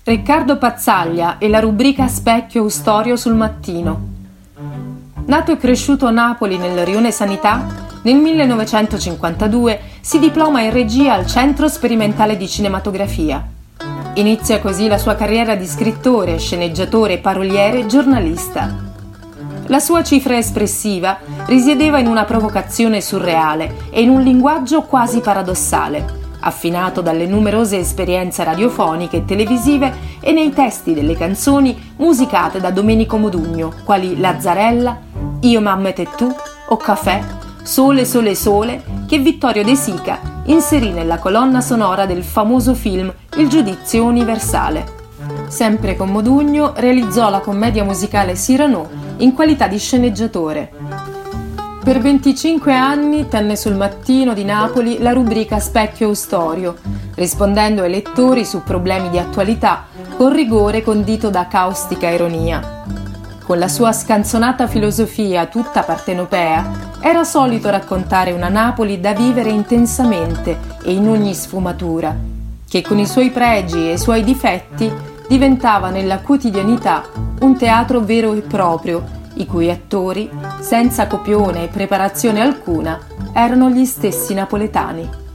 Riccardo Pazzaglia e la rubrica Specchio Ustorio sul Mattino. Nato e cresciuto a Napoli nel Rione Sanità, nel 1952 si diploma in regia al Centro Sperimentale di Cinematografia. Inizia così la sua carriera di scrittore, sceneggiatore, paroliere e giornalista. La sua cifra espressiva risiedeva in una provocazione surreale e in un linguaggio quasi paradossale, affinato dalle numerose esperienze radiofoniche e televisive e nei testi delle canzoni musicate da Domenico Modugno, quali Lazzarella, Io mamma e tu o Cafè, Sole sole sole, che Vittorio De Sica inserì nella colonna sonora del famoso film Il giudizio universale. Sempre con Modugno realizzò la commedia musicale Cyrano in qualità di sceneggiatore. Per 25 anni tenne sul Mattino di Napoli la rubrica Specchio Ustorio, rispondendo ai lettori su problemi di attualità con rigore condito da caustica ironia. Con la sua scanzonata filosofia tutta partenopea, era solito raccontare una Napoli da vivere intensamente e in ogni sfumatura, che con i suoi pregi e i suoi difetti diventava nella quotidianità un teatro vero e proprio, i cui attori, senza copione e preparazione alcuna, erano gli stessi napoletani.